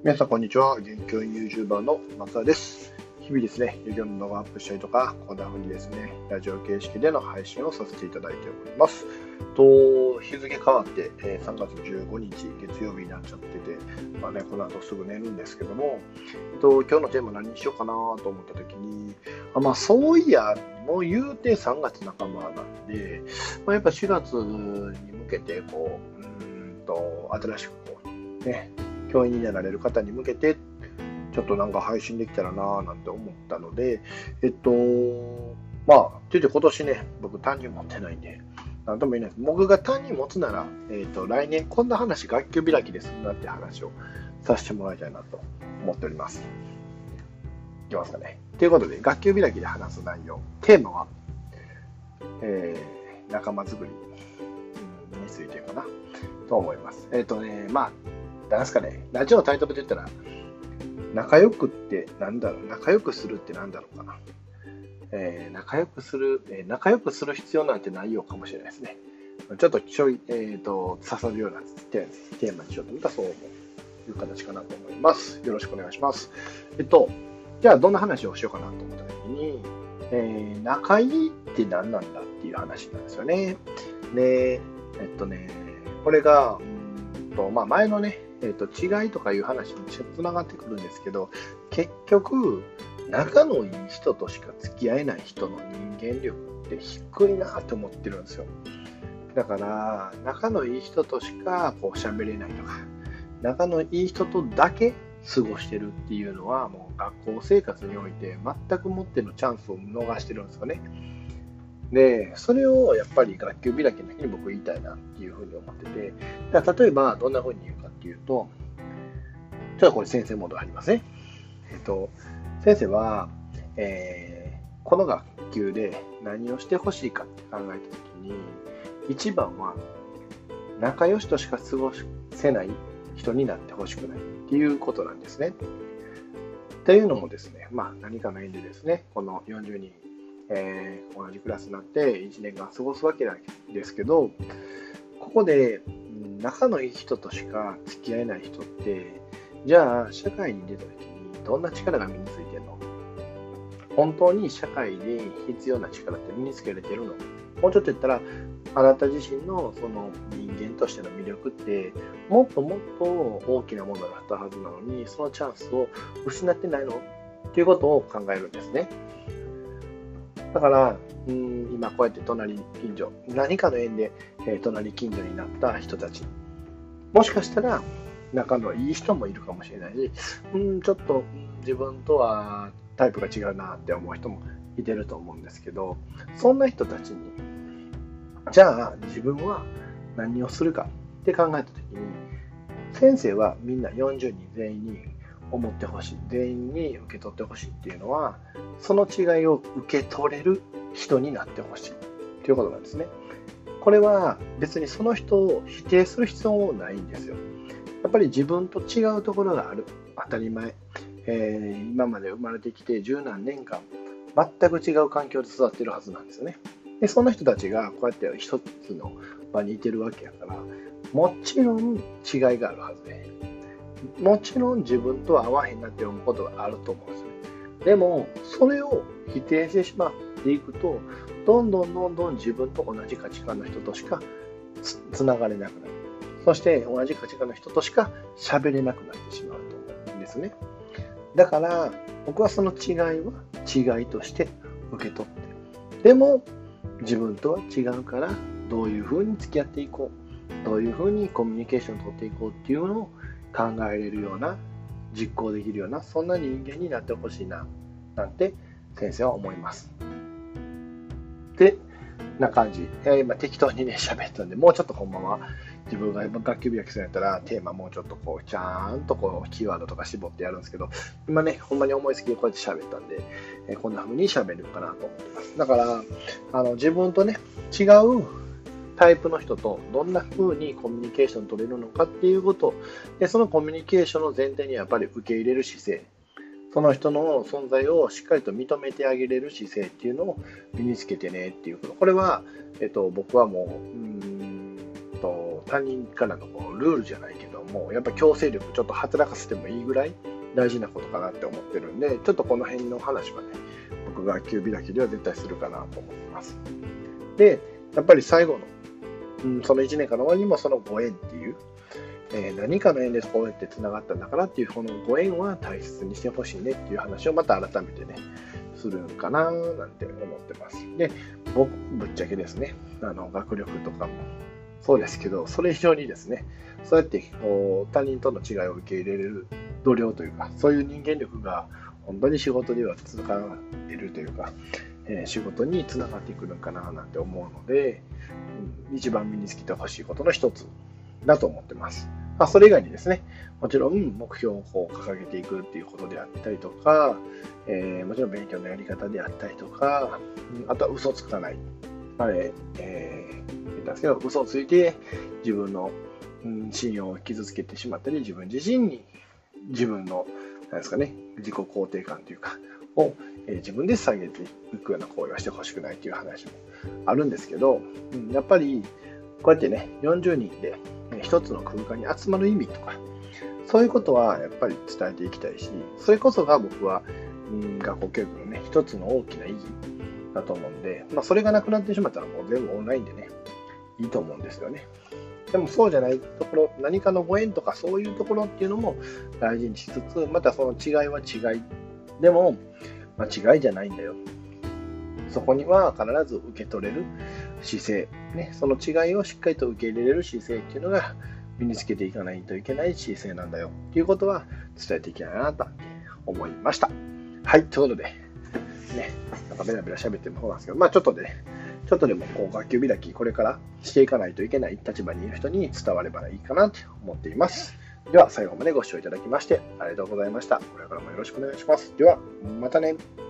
皆さん、こんにちは。元気教員 YouTuber の松田です。日々ですね、授業の動画アップしたりとか、こんな風にですね、ラジオ形式での配信をさせていただいております。日付変わって、3月15日月曜日になっちゃってて、この後すぐ寝るんですけども、今日のテーマ何にしようかなと思った時に、そういや、もう言うて3月半ばなんで、やっぱ4月に向けて、新しくね、教員になられる方に向けて、ちょっとなんか配信できたらなぁなんて思ったので、って言って今年ね、僕担任持ってないんで、なんとも言えないです。僕が担任持つなら、来年こんな話、学級開きですなって話をさせてもらいたいなと思っております。いきますかね。ということで、学級開きで話す内容、テーマは、仲間づくりについてかなと思います。なんですかね、ラジオのタイトルで言ったら、仲良くってなんだろう、仲良くするってなんだろうかな。仲良くする必要なんてないよかもしれないですね。ちょっと刺さるようなテーマにしようと思ったらそういう形かなと思います。よろしくお願いします。じゃあどんな話をしようかなと思った時に、仲いいって何なんだっていう話なんですよね。で、これが、前のね、違いとかいう話につながってくるんですけど、結局、仲のいい人としか付き合えない人の人間力って低いなと思ってるんですよ。だから、仲のいい人としか喋れないとか、仲のいい人とだけ過ごしてるっていうのは、もう学校生活において全くもってのチャンスを逃してるんですよね。で、それをやっぱり学級開きの日に僕言いたいなっていうふうに思ってて、例えばどんなふうに言うかっていうと、ちょっとこれ先生モード入りますね。先生は、この学級で何をしてほしいかって考えたときに、一番は仲良しとしか過ごせない人になってほしくないっていうことなんですね。っていうのもですね、何かの縁でですね、この40人、同じクラスになって1年間過ごすわけなんですけど、ここで仲のいい人としか付き合えない人って、じゃあ社会に出た時にどんな力が身についてるの？本当に社会で必要な力って身につけられてるの？もうちょっと言ったら、あなた自身のその人間としての魅力ってもっともっと大きなものだったはずなのに、そのチャンスを失ってないのっていうことを考えるんですね。だから、今こうやって隣近所、何かの縁で、隣近所になった人たち、もしかしたら仲のいい人もいるかもしれないし、ちょっと自分とはタイプが違うなって思う人もいてると思うんですけど、そんな人たちに、じゃあ自分は何をするかって考えたときに、先生はみんな40人全員に思ってほしい、全員に受け取ってほしいっていうのは、その違いを受け取れる人になってほしいということなんですね。これは別にその人を否定する必要もないんですよ。やっぱり自分と違うところがある、当たり前。今まで生まれてきて十何年間全く違う環境で育ってるはずなんですよね。でそんな人たちがこうやって一つの場にいてるわけやから、もちろん違いがあるはずで、もちろん自分とは合わへんなって思うことがあると思うんですよね。でもそれを否定してしまっていくと、どんどん自分と同じ価値観の人としかつながれなくなる。そして同じ価値観の人としか喋れなくなってしまうと思うんですね。だから僕はその違いは違いとして受け取って、でも自分とは違うから、どういうふうに付き合っていこう、どういうふうにコミュニケーションを取っていこうっていうのを考えれるような、実行できるような、そんな人間になってほしいななんて先生は思います。でな感じ、今適当にね喋ったんで、もうちょっとほんまは自分が学級開きするんやったらテーマもうちょっとちゃんとキーワードとか絞ってやるんですけど、今ねほんまに思いつきでこうやって喋ったんで、こんな風に喋るかなと思ってます。だから自分とね違うタイプの人とどんな風にコミュニケーション取れるのかっていうことで、そのコミュニケーションの前提にやっぱり受け入れる姿勢、その人の存在をしっかりと認めてあげれる姿勢っていうのを身につけてねっていうこと。これは、僕はもう他人からのルールじゃないけども、やっぱ強制力ちょっと働かせてもいいぐらい大事なことかなって思ってるんで、ちょっとこの辺の話はね、僕が学級開きでは絶対するかなと思ってます。で、やっぱり最後の、その1年間の終わりにもそのご縁っていう、何かの縁でこうやってつながったんだからっていう、このご縁は大切にしてほしいねっていう話をまた改めてね、するかななんて思ってます。で、僕、ぶっちゃけですね、学力とかもそうですけど、それ以上にですね、そうやってこう他人との違いを受け入れれる度量というか、そういう人間力が本当に仕事ではつながっているというか、仕事につながってくるかななんて思うので、一番身につけてほしいことの一つだと思ってます。それ以外にですね、もちろん目標をこう掲げていくっていうことであったりとか、もちろん勉強のやり方であったりとか、あとは嘘つかない。言ったんですけど、嘘をついて自分の信用を傷つけてしまったり、自分自身に自分のなんですかね、自己肯定感というかを、自分で下げていくような行為はしてほしくないという話もあるんですけど、やっぱりこうやってね、40人で一つの空間に集まる意味とか、そういうことはやっぱり伝えていきたいし、それこそが僕は学校教育のね、一つの大きな意義だと思うんで、それがなくなってしまったらもう全部オンラインでね、いいと思うんですよね。でもそうじゃないところ、何かのご縁とかそういうところっていうのも大事にしつつ、またその違いは違い。でも、違いじゃないんだよ。そこには必ず受け取れる姿勢、ね、その違いをしっかりと受け入れれる姿勢っていうのが身につけていかないといけない姿勢なんだよっていうことは伝えていきたいなと思いました。はい、ということで、ね、なんかベラベラ喋ってもそうなんですけど、ちょっとでもこう学級開きこれからしていかないといけない立場にいる人に伝わればいいかなと思っています。では最後までご視聴いただきましてありがとうございました。これからもよろしくお願いします。ではまたね。